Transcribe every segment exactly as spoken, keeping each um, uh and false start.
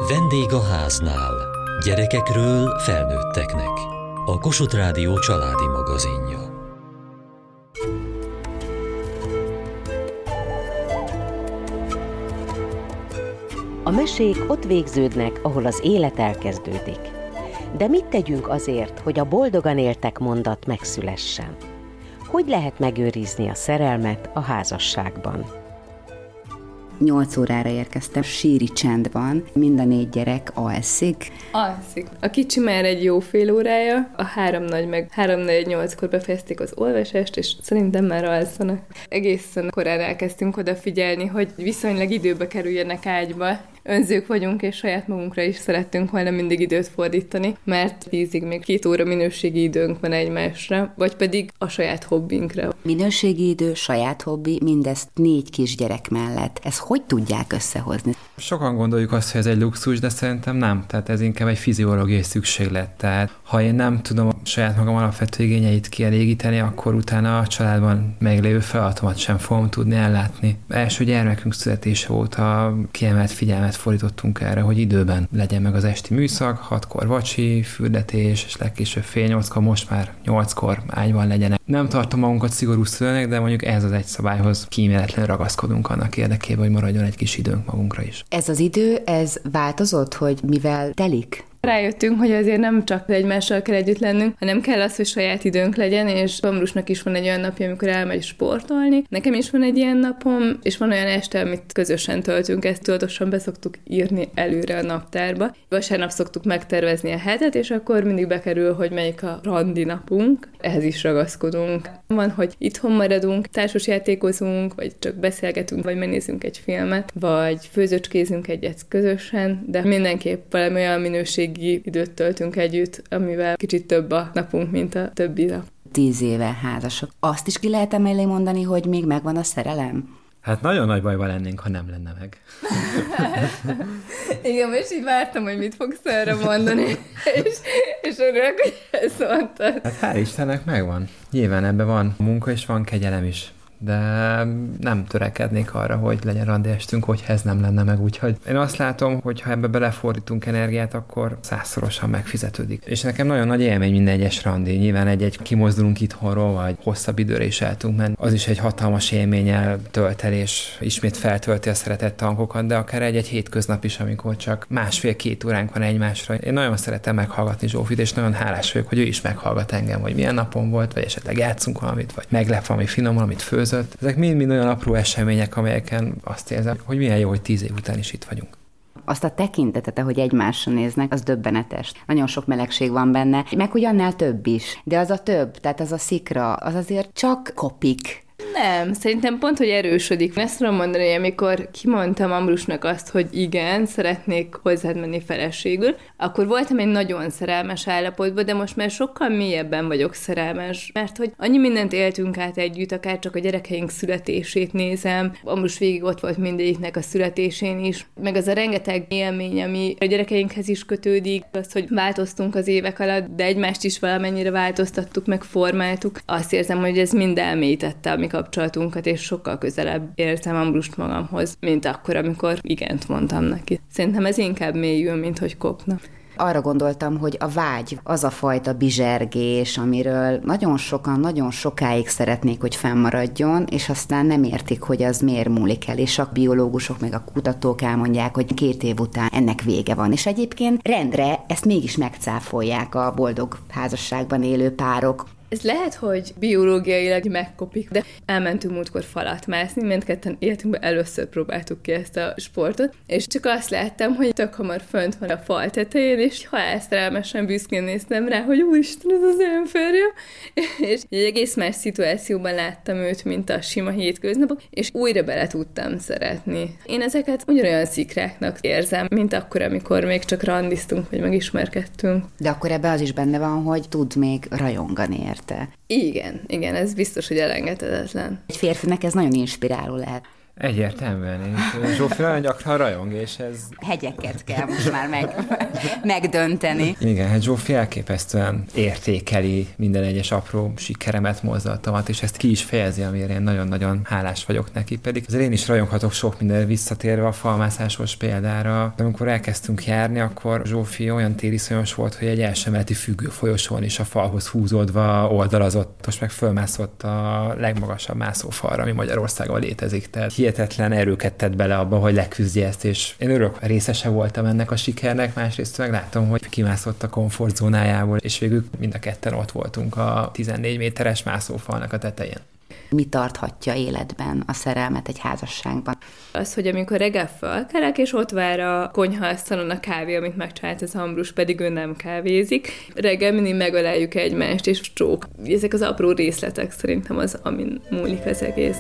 Vendég a háznál. Gyerekekről felnőtteknek. A Kossuth Rádió családi magazinja. A mesék ott végződnek, ahol az élet elkezdődik. De mit tegyünk azért, hogy a boldogan éltek mondat megszülessen? Hogy lehet megőrizni a szerelmet a házasságban? Nyolc órára érkeztem, síri csend van, mind a négy gyerek alszik. Alszik. A kicsi már egy jó fél órája, a három nagy meg három-négy-nyolckor befejezték az olvasást, és szerintem már alszanak. Egészen korán elkezdtünk odafigyelni, hogy viszonylag időbe kerüljenek ágyba. Önzők vagyunk, és saját magunkra is szerettünk volna mindig időt fordítani, mert tízig még két óra minőségi időnk van egymásra, vagy pedig a saját hobbinkra. Minőségi idő, saját hobbi, mindezt négy kisgyerek mellett. Ezt hogy tudják összehozni? Sokan gondoljuk azt, hogy ez egy luxus, de szerintem nem. Tehát ez inkább egy fiziológiai szükséglet. Tehát ha én nem tudom a saját magam alapvető igényeit kielégíteni, akkor utána a családban meglévő feladatomat sem fogom tudni ellátni. Első gyermekünk születése óta kiemelt figyelmet fordítottunk erre, hogy időben legyen meg az esti műszak, hatkor vacsi, fürdetés, és legkésőbb fél nyolckor, most már nyolckor ágyban legyenek. Nem tartom magunkat szigorú szülőnek, de mondjuk ez az egy szabályhoz kíméletlenül ragaszkodunk annak érdekében, hogy maradjon egy kis időnk magunkra is. Ez az idő, ez változott, hogy mivel telik? Rájöttünk, hogy azért nem csak egymással kell együtt lennünk, hanem kell az, hogy saját időnk legyen, és Ambrusnak is van egy olyan napja, amikor elmegy sportolni. Nekem is van egy ilyen napom, és van olyan este, amit közösen töltünk, ezt tudatosan beszoktuk írni előre a naptárba. Vasárnap szoktuk megtervezni a hetet, és akkor mindig bekerül, hogy melyik a randi napunk. Ehhez is ragaszkodunk. Van, hogy itthon maradunk, társasjátékozunk, vagy csak beszélgetünk, vagy megnézünk egy filmet, vagy főzöcskézünk egyet közösen, de mindenképp valami olyan minőség időt töltünk együtt, amivel kicsit több a napunk, mint a többi nap. Tíz éve házasok. Azt is ki lehet emellé mondani, hogy még megvan a szerelem? Hát nagyon nagy bajban lennénk, ha nem lenne meg. Igen, és így vártam, hogy mit fogsz erre mondani, és, és örülök, hogy ezt mondtad. Hát hál' Istennek megvan. Nyilván ebben van munka, és van kegyelem is. De nem törekednék arra, hogy legyen randi estünk, hogy ez nem lenne meg. Úgyhogy én azt látom, hogy ha ebbe belefordítunk energiát, akkor százszorosan megfizetődik. És nekem nagyon nagy élmény minden egyes randi. Nyilván egy-egy kimozdulunk itthonról, vagy hosszabb időre is el tudunk menni. Az is egy hatalmas élménnyel tölt el, és ismét feltölti a szeretett tankokat, de akár egy-egy hétköznap is, amikor csak másfél-két óránk van egymásra. Én nagyon szeretem meghallgatni Zsófit, és nagyon hálás vagyok, hogy ő is meghallgat engem, hogy milyen napom volt, vagy esetleg játszunk valamit, vagy meglep valami finom, valamit főz. Ezek mind-mind olyan apró események, amelyeken azt érzem, hogy milyen jó, hogy tíz év után is itt vagyunk. Azt a tekintetet, ahogy egymásra néznek, az döbbenetes. Nagyon sok melegség van benne, meg hogy annál több is. De az a több, tehát az a szikra, az azért csak kopik. Nem, szerintem pont, hogy erősödik. Ezt tudom mondani, hogy amikor kimondtam Ambrusnak azt, hogy igen, szeretnék hozzád menni feleségül, akkor voltam egy nagyon szerelmes állapotban, de most már sokkal mélyebben vagyok szerelmes, mert hogy annyi mindent éltünk át együtt, akár csak a gyerekeink születését nézem, Ambrus végig ott volt mindegyiknek a születésén is, meg az a rengeteg élmény, ami a gyerekeinkhez is kötődik, az, hogy változtunk az évek alatt, de egymást is valamennyire változtattuk, meg formáltuk. Azt érzem, hogy ez mind elmélyítette a mi kapcsolatunkat, és sokkal közelebb érzem Ambrust magamhoz, mint akkor, amikor igent mondtam neki. Szerintem ez inkább mélyül, mint hogy kopna. Arra gondoltam, hogy a vágy, az a fajta bizsergés, amiről nagyon sokan, nagyon sokáig szeretnék, hogy fennmaradjon, és aztán nem értik, hogy az miért múlik el, és a biológusok meg a kutatók elmondják, hogy két év után ennek vége van. És egyébként rendre ezt mégis megcáfolják a boldog házasságban élő párok. Ez lehet, hogy biológiailag megkopik, de elmentünk múltkor falat mászni, mindketten életünkben először próbáltuk ki ezt a sportot, és csak azt láttam, hogy tök hamar fönt van a fal tetején, és halálszerelmesen büszkén néztem rá, hogy úristen, ez az én férjem, és egy egész más szituációban láttam őt, mint a sima hétköznapok, és újra bele tudtam szeretni. Én ezeket ugyanolyan szikráknak érzem, mint akkor, amikor még csak randiztunk, vagy megismerkedtünk. De akkor ebbe az is benne van, hogy tud még rajongani érte. Igen, igen, ez biztos, hogy elengedhetetlen. Egy férfinek ez nagyon inspiráló lehet. Egyértelműen, és Zsófi nagyon gyakran rajong, és ez... Hegyeket kell most már meg, megdönteni. Igen, hát Zsófi elképesztően értékeli minden egyes apró sikeremet, mozdulatomat, és ezt ki is fejezi, amire én nagyon-nagyon hálás vagyok neki. Pedig azért én is rajonghatok sok mindenre, visszatérve a falmászásos példára. Amikor elkezdtünk járni, akkor Zsófi olyan tériszonyos volt, hogy egy első emeleti függő folyosón is a falhoz húzódva oldalazott, most meg fölmászott a legmagasabb mászófalra, ami Magyarországon létezik. Tehát hihetetlen erőket tett bele abba, hogy leküzdje ezt, és én örök részese voltam ennek a sikernek, másrészt meg láttam, hogy kimászott a komfortzónájából, és végül mind a ketten ott voltunk a tizennégy méteres mászófalnak a tetején. Mi tarthatja életben a szerelmet egy házasságban? Az, hogy amikor reggel felkelek, és ott vár a konyhaasztalon a kávé, amit megcsinált az Ambrus, pedig ő nem kávézik. Reggel mindig megöleljük egymást, és csók. Ezek az apró részletek szerintem az, amin múlik az egész.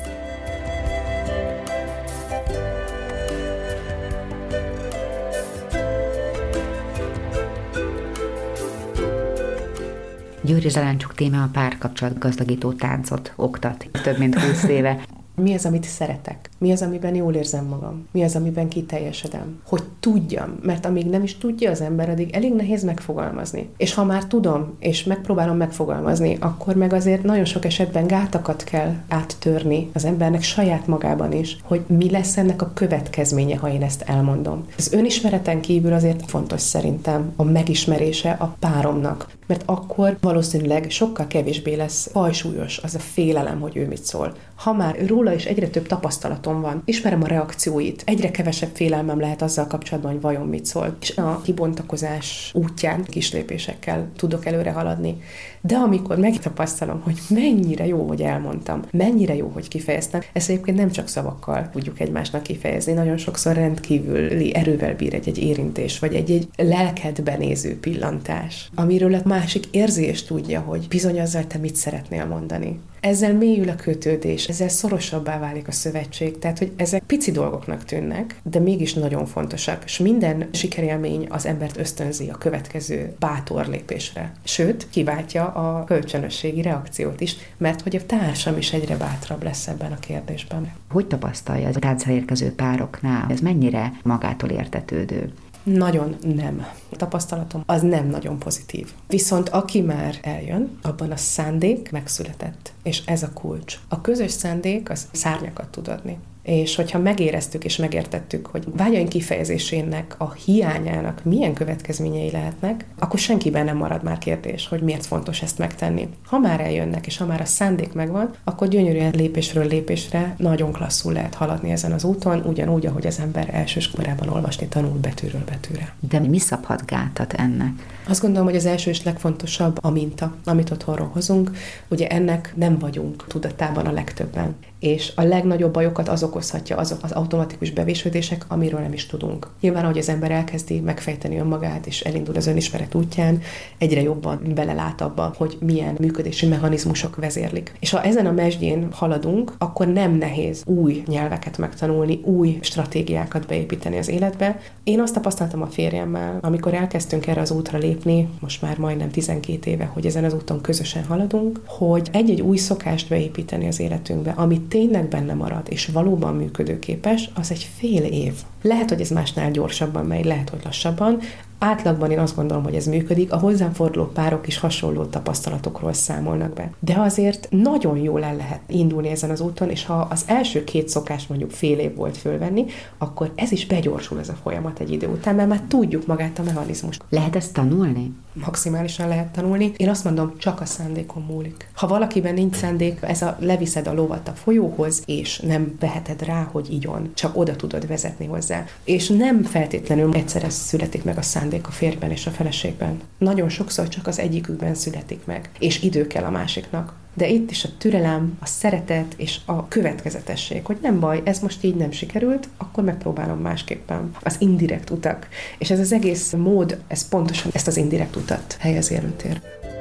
Győri Zaláncsuk téma a párkapcsolat gazdagító táncot oktat több mint húsz éve. Mi az, amit szeretek? Mi az, amiben jól érzem magam? Mi az, amiben kiteljesedem? Hogy tudjam, mert amíg nem is tudja az ember, addig elég nehéz megfogalmazni. És ha már tudom, és megpróbálom megfogalmazni, akkor meg azért nagyon sok esetben gátakat kell áttörni az embernek saját magában is, hogy mi lesz ennek a következménye, ha én ezt elmondom. Az önismereten kívül azért fontos szerintem a megismerése a páromnak, mert akkor valószínűleg sokkal kevésbé lesz fajsúlyos az a félelem, hogy ő mit szól. Ha már róla is egyre több tapasztalatom van, ismerem a reakcióit, egyre kevesebb félelmem lehet azzal kapcsolatban, hogy vajon mit szól. És a kibontakozás útján kis lépésekkel tudok előre haladni. De amikor megtapasztalom, hogy mennyire jó, hogy elmondtam, mennyire jó, hogy kifejeztem, ezt egyébként nem csak szavakkal tudjuk egymásnak kifejezni, nagyon sokszor rendkívüli erővel bír egy-egy érintés, vagy egy-egy lelkedbe néző pillantás, amiről a másik érzést tudja, hogy bizony azzal te mit szeretnél mondani. Ezzel mélyül a kötődés, ezzel szorosabbá válik a szövetség, tehát hogy ezek pici dolgoknak tűnnek, de mégis nagyon fontosak, és minden sikerélmény az embert ösztönzi a következő bátor lépésre. Sőt, kiváltja a kölcsönösségi reakciót is, mert hogy a társam is egyre bátrabb lesz ebben a kérdésben. Hogy tapasztalja a táncra érkező pároknál? Ez mennyire magától értetődő? Nagyon nem. A tapasztalatom az nem nagyon pozitív. Viszont aki már eljön, abban a szándék megszületett. És ez a kulcs. A közös szándék az szárnyakat tud adni. És hogyha megéreztük és megértettük, hogy vágyaink kifejezésének a hiányának milyen következményei lehetnek, akkor senkiben nem marad már kérdés, hogy miért fontos ezt megtenni. Ha már eljönnek, és ha már a szándék megvan, akkor gyönyörűen lépésről lépésre nagyon klasszul lehet haladni ezen az úton, ugyanúgy, ahogy az ember elsőskorában olvasni tanul betűről betűre. De mi szabhat gátat ennek? Azt gondolom, hogy az első és legfontosabb a minta, amit otthonról hozunk. Ugye ennek nem vagyunk tudatában a legtöbben. És a legnagyobb bajokat az okozhatja, azok az automatikus bevésődések, amiről nem is tudunk. Nyilván, ahogy az ember elkezdi megfejteni önmagát, és elindul az önismeret útján, egyre jobban belelát abba, hogy milyen működési mechanizmusok vezérlik. És ha ezen a mesdjén haladunk, akkor nem nehéz új nyelveket megtanulni, új stratégiákat beépíteni az életbe. Én azt tapasztaltam a férjemmel, amikor elkezdtünk erre az útra lépni, most már majdnem tizenkét éve, hogy ezen az úton közösen haladunk, hogy egy-egy új szokást beépíteni az életünkbe, amit tényleg benne marad, és valóban működőképes, az egy fél év. Lehet, hogy ez másnál gyorsabban megy, lehet, hogy lassabban. Átlagban én azt gondolom, hogy ez működik, a hozzám forduló párok is hasonló tapasztalatokról számolnak be. De azért nagyon jól el lehet indulni ezen az úton, és ha az első két szokás mondjuk fél év volt fölvenni, akkor ez is begyorsul ez a folyamat egy idő után, mert már tudjuk magát a mechanizmust. Lehet ezt tanulni? Maximálisan lehet tanulni. Én azt mondom, csak a szándékon múlik. Ha valakiben nincs szándék, ez a leviszed a lovat a folyóhoz, és nem veheted rá, hogy igyon, csak oda tudod vezetni hozzá. És nem feltétlenül egyszerre születik meg a szándék a férjben és a feleségben. Nagyon sokszor csak az egyikükben születik meg, és idő kell a másiknak. De itt is a türelem, a szeretet és a következetesség, hogy nem baj, ez most így nem sikerült, akkor megpróbálom másképpen. Az indirekt utak. És ez az egész mód, ez pontosan ezt az indirekt utat helyezi előtérbe.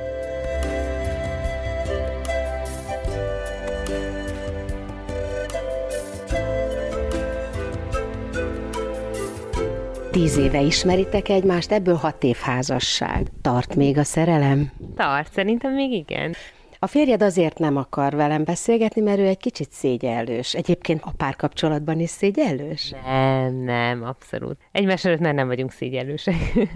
Tíz éve ismeritek egymást, ebből hat év házasság. Tart még a szerelem? Tart, szerintem még igen. A férjed azért nem akar velem beszélgetni, mert ő egy kicsit szégyellős. Egyébként a párkapcsolatban is szégyellős? Nem, nem, abszolút. Egymás előtt már nem vagyunk szégyellősek.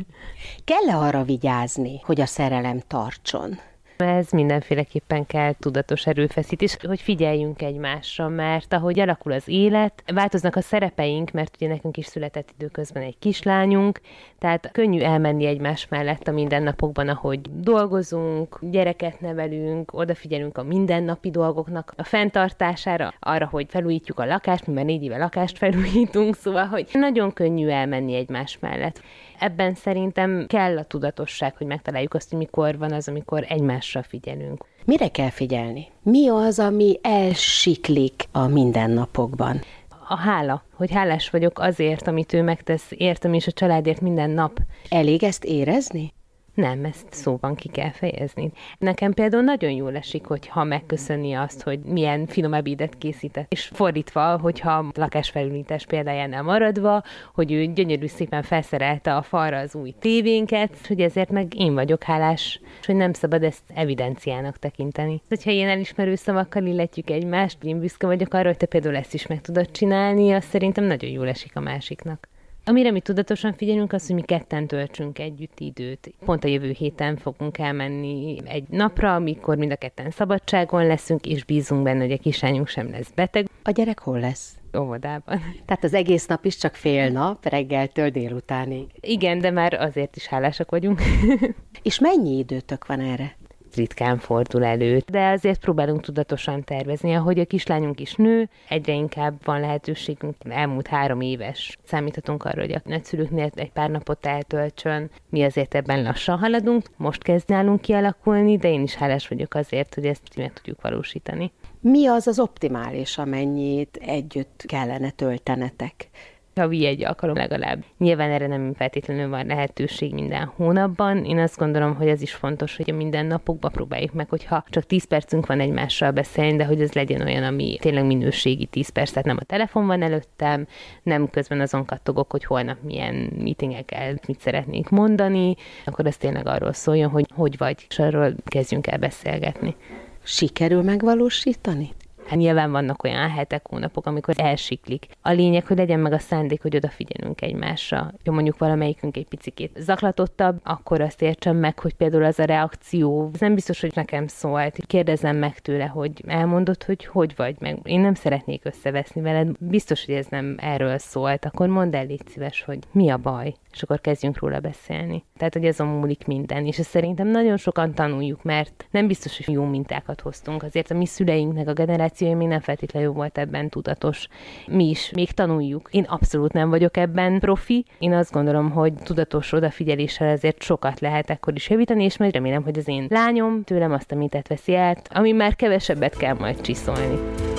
Kell-e arra vigyázni, hogy a szerelem tartson? Ez mindenféleképpen kell tudatos erőfeszítés, hogy figyeljünk egymásra, mert ahogy alakul az élet, változnak a szerepeink, mert ugye nekünk is született időközben egy kislányunk, tehát könnyű elmenni egymás mellett a mindennapokban, ahogy dolgozunk, gyereket nevelünk, odafigyelünk a mindennapi dolgoknak a fenntartására, arra, hogy felújítjuk a lakást, mi már négy éve lakást felújítunk, szóval, hogy nagyon könnyű elmenni egymás mellett. Ebben szerintem kell a tudatosság, hogy megtaláljuk azt, hogy mikor van az, amikor egymásra figyelünk. Mire kell figyelni? Mi az, ami elsiklik a mindennapokban? A hála, hogy hálás vagyok azért, amit ő megtesz értem és a családért minden nap. Elég ezt érezni? Nem, ezt szóban ki kell fejezni. Nekem például nagyon jól esik, hogyha megköszöni azt, hogy milyen finom ebédet készített. És fordítva, hogyha lakásfelújítás példájánál maradva, hogy ő gyönyörű szépen felszerelte a falra az új tévénket, hogy ezért meg én vagyok hálás, és hogy nem szabad ezt evidenciának tekinteni. Hogyha ilyen elismerő szavakkal illetjük egymást, én büszke vagyok arra, hogy te például ezt is meg tudod csinálni, az szerintem nagyon jól esik a másiknak. Amire mi tudatosan figyelünk, az, hogy mi ketten töltsünk együtt időt. Pont a jövő héten fogunk elmenni egy napra, amikor mind a ketten szabadságon leszünk, és bízunk benne, hogy a kislányunk sem lesz beteg. A gyerek hol lesz? Óvodában. Tehát az egész nap is csak fél nap, reggeltől délutánig. Igen, de már azért is hálásak vagyunk. És mennyi időtök van erre? Ritkán fordul elő, de azért próbálunk tudatosan tervezni. Ahogy a kislányunk is nő, egyre inkább van lehetőségünk, elmúlt három éves. Számíthatunk arra, hogy a nagyszülőknél egy pár napot eltöltsön. Mi azért ebben lassan haladunk, most kezd nálunk kialakulni, de én is hálás vagyok azért, hogy ezt meg tudjuk valósítani. Mi az az optimális, amennyit együtt kellene töltenetek? Havi egy alkalom legalább. Nyilván erre nem feltétlenül van lehetőség minden hónapban. Én azt gondolom, hogy ez is fontos, hogy a mindennapokban próbáljuk meg, hogyha csak tíz percünk van egymással beszélni, de hogy ez legyen olyan, ami tényleg minőségi tíz perc, tehát nem a telefon van előttem, nem közben azon kattogok, hogy holnap milyen meetingekkel mit szeretnék mondani, akkor ez tényleg arról szóljon, hogy hogy vagy, és arról kezdjünk el beszélgetni. Sikerül megvalósítani? Hát nyilván vannak olyan hetek, hónapok, amikor elsiklik. A lényeg, hogy legyen meg a szándék, hogy odafigyelünk egymásra. Ha mondjuk valamelyikünk egy picikét zaklatottabb, akkor azt értsem meg, hogy például az a reakció, ez nem biztos, hogy nekem szólt. Kérdezem meg tőle, hogy elmondod, hogy hogy vagy meg. Én nem szeretnék összeveszni veled, biztos, hogy ez nem erről szólt. Akkor mondd el, légy szíves, hogy mi a baj, és akkor kezdjünk róla beszélni. Tehát, hogy azon múlik minden, és ezt szerintem nagyon sokan tanuljuk, mert nem biztos, hogy jó mintákat hoztunk. Azért a mi szüleinknek a generáció még nem feltétlenül volt ebben tudatos. Mi is még tanuljuk. Én abszolút nem vagyok ebben profi. Én azt gondolom, hogy tudatos odafigyeléssel ezért sokat lehet ekkor is javítani, és majd remélem, hogy az én lányom tőlem azt a mintet veszi át, ami már kevesebbet kell majd csiszolni.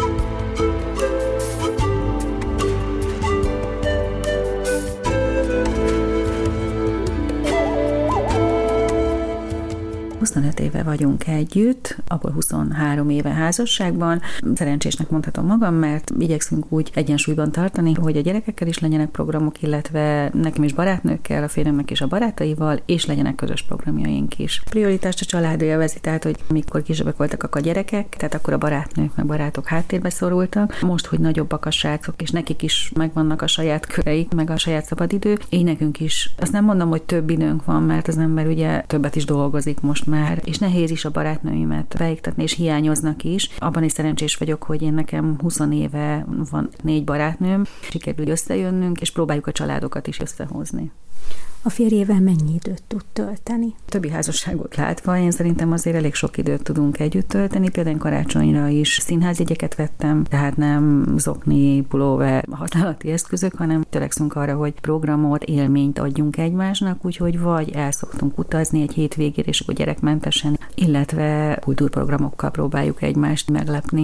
huszonöt éve vagyunk együtt, abból huszonhárom éve házasságban. Szerencsésnek mondhatom magam, mert igyekszünk úgy egyensúlyban tartani, hogy a gyerekekkel is legyenek programok, illetve nekem is barátnőkkel, a férjemnek és a barátaival, és legyenek közös programjaink is. Prioritást a család élvezi, tehát hogy mikor kisebbek voltak a gyerekek, tehát akkor a barátnők meg barátok háttérbe szorultak. Most, hogy nagyobbak a srácok, és nekik is megvannak a saját köreik, meg a saját szabadidő, így nekünk is. Azt nem mondom, hogy több időnk van, mert az ember ugye többet is dolgozik most már, és nehéz is a barátnőimet beiktatni, és hiányoznak is. Abban is szerencsés vagyok, hogy én nekem húsz éve van négy barátnőm, sikerül összejönnünk, és próbáljuk a családokat is összehozni. A férjével mennyi időt tud tölteni? Többi házasságot látva, én szerintem azért elég sok időt tudunk együtt tölteni. Például karácsonyra is színházjegyeket vettem, tehát nem zokni, pulóver, használati eszközök, hanem törekszünk arra, hogy programot, élményt adjunk egymásnak, úgyhogy vagy el szoktunk utazni egy hétvégére, és akkor gyerekmentesen, illetve kultúrprogramokkal próbáljuk egymást meglepni.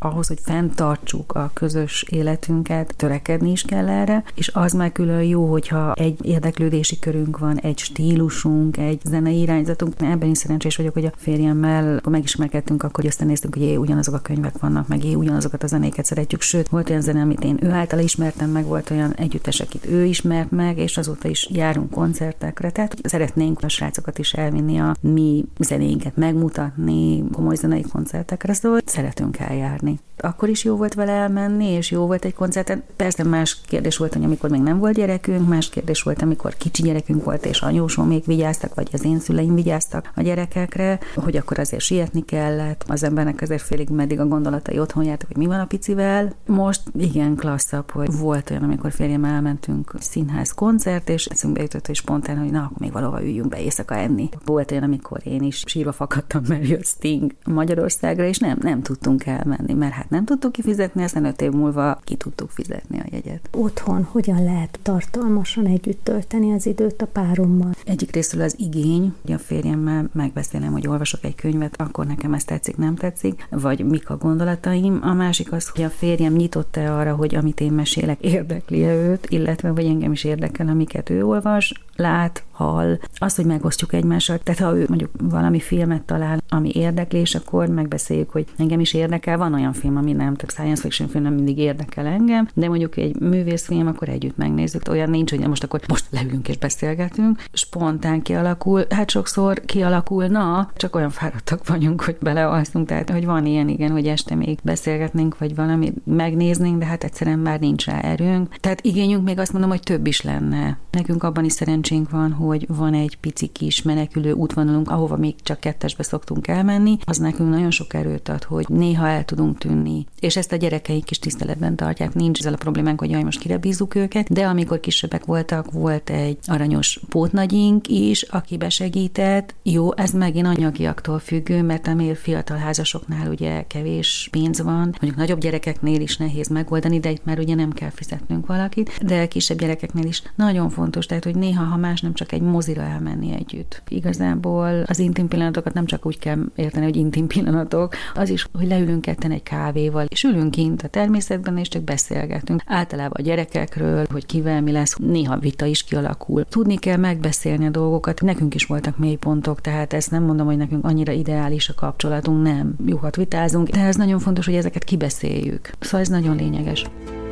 ahhoz, hogy fenntartsuk a közös életünket, törekedni is kell erre, és az már külön jó, hogyha egy érdeklődési körünk van, egy stílusunk, egy zenei irányzatunk. Ebben is szerencsés vagyok, hogy a férjemmel, akkor megismerkedtünk, akkor aztán néztünk, hogy é, ugyanazok a könyvek vannak, meg é, ugyanazokat a zenéket szeretjük, sőt, volt olyan zene, amit én ő által ismertem meg, volt olyan együttes, akit ő ismert meg, és azóta is járunk koncertekre. Tehát szeretnénk a srácokat is elvinni a mi zenéinket megmutatni, komoly zenei koncertekre, szóval szeretünk eljárni. Akkor is jó volt vele elmenni, és jó volt egy koncerten. Persze más kérdés volt, hogy amikor még nem volt gyerekünk, más kérdés volt, amikor kicsi gyerekünk volt, és anyósom még vigyáztak, vagy az én szüleim vigyáztak a gyerekekre, hogy akkor azért sietni kellett. Az embernek azért félig meddig a gondolatai otthon jártak, hogy mi van a picivel. Most igen klasszabb, hogy volt olyan, amikor férjem elmentünk színház koncert, és eszünkbe jutott, hogy spontán, hogy na, akkor még valahol üljünk be éjszaka enni. Volt olyan, amikor én is sírva fakadtam, mert jött Sting Magyarországra, és nem, nem tudtunk elmenni, mert hát nem tudtuk kifizetni, aztán öt év múlva ki tudtuk fizetni a jegyet. Otthon hogyan lehet tartalmasan együtt tölteni az időt a párommal? Egyik részről az igény, hogy a férjemmel megbeszélem, hogy olvasok egy könyvet, akkor nekem ez tetszik, nem tetszik, vagy mik a gondolataim. A másik az, hogy a férjem nyitott-e arra, hogy amit én mesélek, érdekli-e őt, illetve vagy engem is érdekel, amiket ő olvas, lát, hall. Az, hogy megosztjuk egymással, tehát ha ő mondjuk valami filmet talál, ami érdekli, és akkor megbeszéljük, hogy engem is érdekel. Van olyan film, ami nem, több science fiction film nem mindig érdekel engem, de mondjuk egy művészfilm, akkor együtt megnézzük. Olyan nincs, hogy most akkor most leülünk és beszélgetünk. Spontán kialakul, hát sokszor kialakulna, csak olyan fáradtak vagyunk, hogy belealszunk, tehát hogy van ilyen, igen, hogy este még beszélgetnénk, vagy valami megnéznénk, de hát egyszerűen már nincs rá erőnk. Tehát igényünk még azt mondom, hogy több is lenne. Nekünk abban is szerencsénk van, hogy van egy pici kis menekülő útvonalunk, ahova még csak kettesbe szoktunk elmenni, az nekünk nagyon sok erőt ad, hogy néha el tudunk tűnni. És ezt a gyerekeink is tiszteletben tartják. Nincs ezzel a problémánk, hogy jaj, most kire bízzuk őket, de amikor kisebbek voltak, volt egy aranyos pótnagyink is, aki besegített. Jó, ez megint anyagiaktól függő, mert a fiatal házasoknál ugye kevés pénz van, mondjuk nagyobb gyerekeknél is nehéz megoldani, de itt már ugye nem kell fizetnünk valakit, de kisebb gyerekeknél is nagyon fontos, tehát hogy néha, ha más, nem csak egy mozira elmenni együtt. Igazából az intim pillanatokat nem csak úgy kell érteni, hogy intim pillanatok, az is, hogy leülünk ketten egy kávéval, és ülünk kint a természetben, és csak beszélgetünk. Általában a gyerekekről, hogy kivel mi lesz, néha vita is kialakul. Tudni kell megbeszélni a dolgokat. Nekünk is voltak mélypontok, tehát ezt nem mondom, hogy nekünk annyira ideális a kapcsolatunk, nem. Jókat vitázunk, de ez nagyon fontos, hogy ezeket kibeszéljük. Szóval ez nagyon lényeges.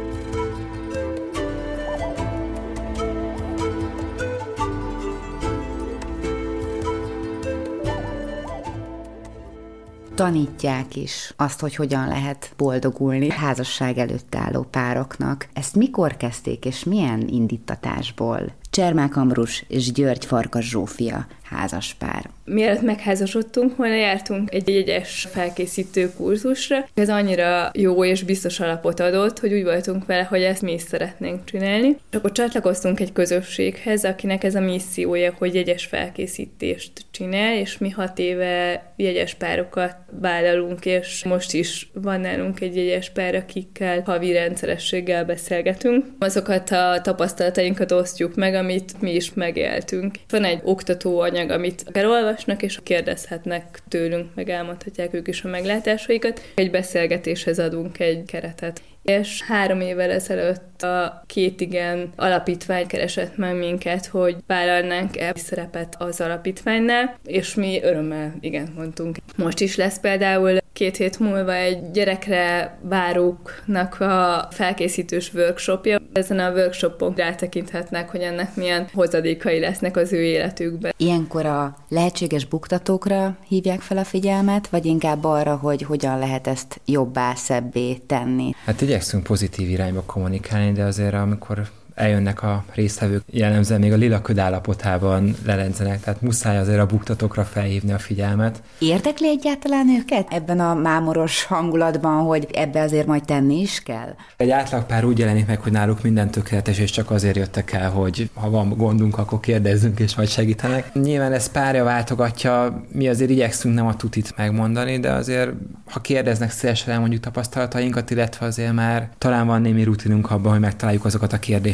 Tanítják is azt, hogy hogyan lehet boldogulni házasság előtt álló pároknak. Ezt mikor kezdték, és milyen indítatásból? Csermák Ambrus és György Farkas Zsófia házaspár. Mielőtt megházasodtunk volna, jártunk egy jegyes felkészítő kurzusra. Ez annyira jó és biztos alapot adott, hogy úgy voltunk vele, hogy ezt mi is szeretnénk csinálni. És akkor csatlakoztunk egy közösséghez, akinek ez a missziója, hogy jegyes felkészítést csinál, és mi hat éve jegyes párokat vállalunk, és most is van nálunk egy jegyes pár, akikkel havi rendszerességgel beszélgetünk. Azokat a tapasztalatainkat osztjuk meg, amit mi is megéltünk. Van egy oktatóanyag, amit elolvasnak, és kérdezhetnek tőlünk, meg elmondhatják ők is a meglátásaikat. Egy beszélgetéshez adunk egy keretet. És három évvel ezelőtt a Két Igen alapítvány keresett meg minket, hogy vállalnánk-e szerepet az alapítványnál, és mi örömmel igen mondtunk. Most is lesz például két hét múlva egy gyerekre váróknak a felkészítős workshopja. Ezen a workshopon rátekinthetnek, hogy ennek milyen hozadékai lesznek az ő életükben. Ilyenkor a lehetséges buktatókra hívják fel a figyelmet, vagy inkább arra, hogy hogyan lehet ezt jobbá, szebbé tenni? Hát igyekszünk pozitív irányba kommunikálni, de azért amikor eljönnek a résztvevők, jellemzően még a lila köd állapotában leledzenek, tehát muszáj azért a buktatókra felhívni a figyelmet. Érdekli egyáltalán őket ebben a mámoros hangulatban, hogy ebbe azért majd tenni is kell? Egy átlagpár úgy jelenik meg, hogy náluk minden tökéletes, és csak azért jöttek el, hogy ha van gondunk, akkor kérdezzünk, és majd segítenek. Nyilván ez párja váltogatja, mi azért igyekszünk nem a tutit megmondani, de azért, ha kérdeznek, szívesen elmondjuk tapasztalatainkat, illetve azért már talán van némi rutinunk abban, hogy megtaláljuk azokat a kérdéseket,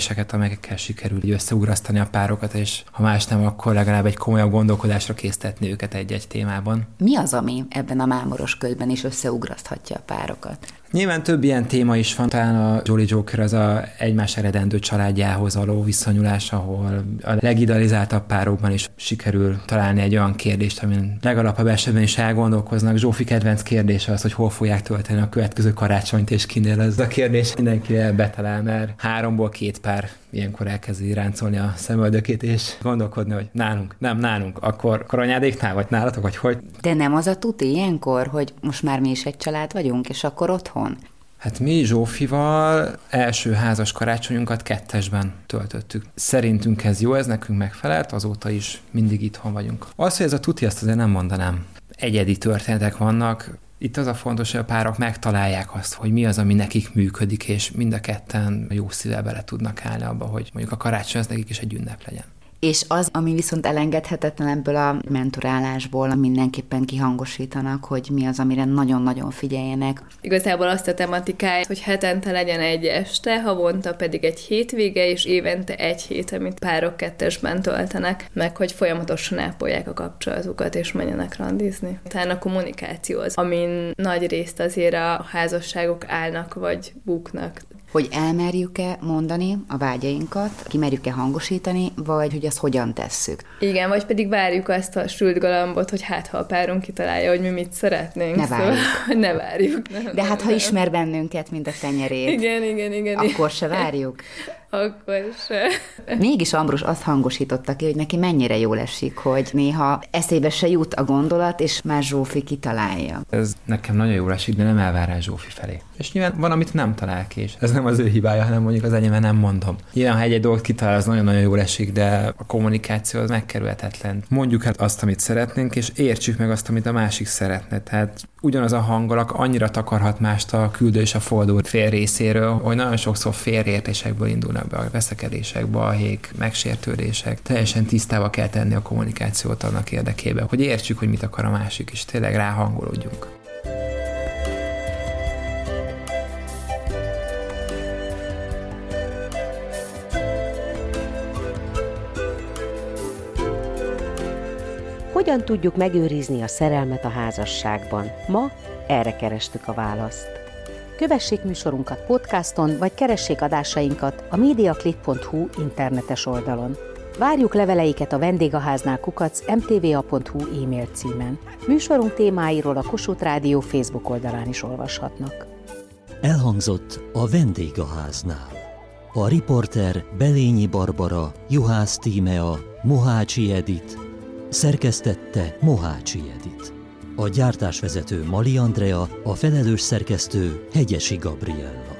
kérdéseket, amelyekkel sikerül összeugrasztani a párokat, és ha más nem, akkor legalább egy komolyabb gondolkodásra késztetni őket egy-egy témában. Mi az, ami ebben a mámoros ködben is összeugraszthatja a párokat? Nyilván több ilyen téma is van, talán a Jolly Joker az a egymás eredendő családjához való viszonyulás, ahol a legidealizáltabb párokban is sikerül találni egy olyan kérdést, amin legalapabb esetben is elgondolkoznak. Zsófi kedvenc kérdése az, hogy hol fogják tölteni a következő karácsonyt, és kinél ez a kérdés mindenkire betalál, mert háromból két pár ilyenkor elkezdi ráncolni a szemöldökét, és gondolkodni, hogy nálunk, nem nálunk, akkor, akkor anyádéknál, vagy nálatok, vagy hogy. De nem az a tuti ilyenkor, hogy most már mi is egy család vagyunk, és akkor otthon? Hát mi Zsófival első házas karácsonyunkat kettesben töltöttük. Szerintünk ez jó, ez nekünk megfelelt, azóta is mindig itthon vagyunk. Az, hogy ez a tuti, azt azért nem mondanám. Egyedi történetek vannak. Itt az a fontos, hogy a párok megtalálják azt, hogy mi az, ami nekik működik, és mind a ketten jó szívvel bele tudnak állni abba, hogy mondjuk a karácsony az nekik is egy ünnep legyen. És az, ami viszont elengedhetetlen ebből a mentorálásból, mindenképpen kihangosítanak, hogy mi az, amire nagyon-nagyon figyeljenek. Igazából azt a tematikáját, hogy hetente legyen egy este, havonta pedig egy hétvége, és évente egy hét, amit párok kettesben töltenek, meg hogy folyamatosan ápolják a kapcsolatukat, és menjenek randizni. Talán a kommunikáció az, amin nagy részt azért a házasságok állnak, vagy buknak. Hogy elmerjük-e mondani a vágyainkat, kimerjük-e hangosítani, vagy hogy azt hogyan tesszük. Igen, vagy pedig várjuk azt a sült galambot, hogy hát ha a párunk kitalálja, hogy mi mit szeretnénk. Ne várjuk. Szóval, ne várjuk. Nem, De hát nem, ha ismer bennünket, mint a tenyerét. Igen, igen, igen. Akkor se várjuk. Akkor se. Mégis Ambrus azt hangosította ki, hogy neki mennyire jól esik, hogy néha eszébe se jut a gondolat, és már Zsófi kitalálja. Ez nekem nagyon jól esik, de nem elvárás Zsófi felé. És nyilván van, amit nem talál ki, és ez nem az ő hibája, hanem mondjuk az enyémben nem mondom. Nyilván, ha egy-egy dolgot kitalál, az nagyon-nagyon jól esik, de a kommunikáció az megkerülhetetlen. Mondjuk hát azt, amit szeretnénk, és értsük meg azt, amit a másik szeretne. Tehát ugyanaz a hangolak annyira takarhat mást a küldő és a forduló fél részéről, hogy nagyon sokszor félreértésekből indulnak be a veszekedések, balhék, megsértődések. Teljesen tisztába kell tenni a kommunikációt annak érdekében, hogy értsük, hogy mit akar a másik, és tényleg ráhangolódjunk. Hogyan tudjuk megőrizni a szerelmet a házasságban? Ma erre kerestük a választ. Kövessék műsorunkat podcaston, vagy keressék adásainkat a mediaclick pont hu internetes oldalon. Várjuk leveleiket a vendégháznál kukac em té vé á pont hu e-mail címen. Műsorunk témáiról a Kossuth Rádió Facebook oldalán is olvashatnak. Elhangzott a vendégháznál. A riporter Belényi Barbara, Juhász Tímea, Mohácsi Edit, szerkesztette Mohácsi Edit. A gyártásvezető Mali Andrea, a felelős szerkesztő Hegyesi Gabriella.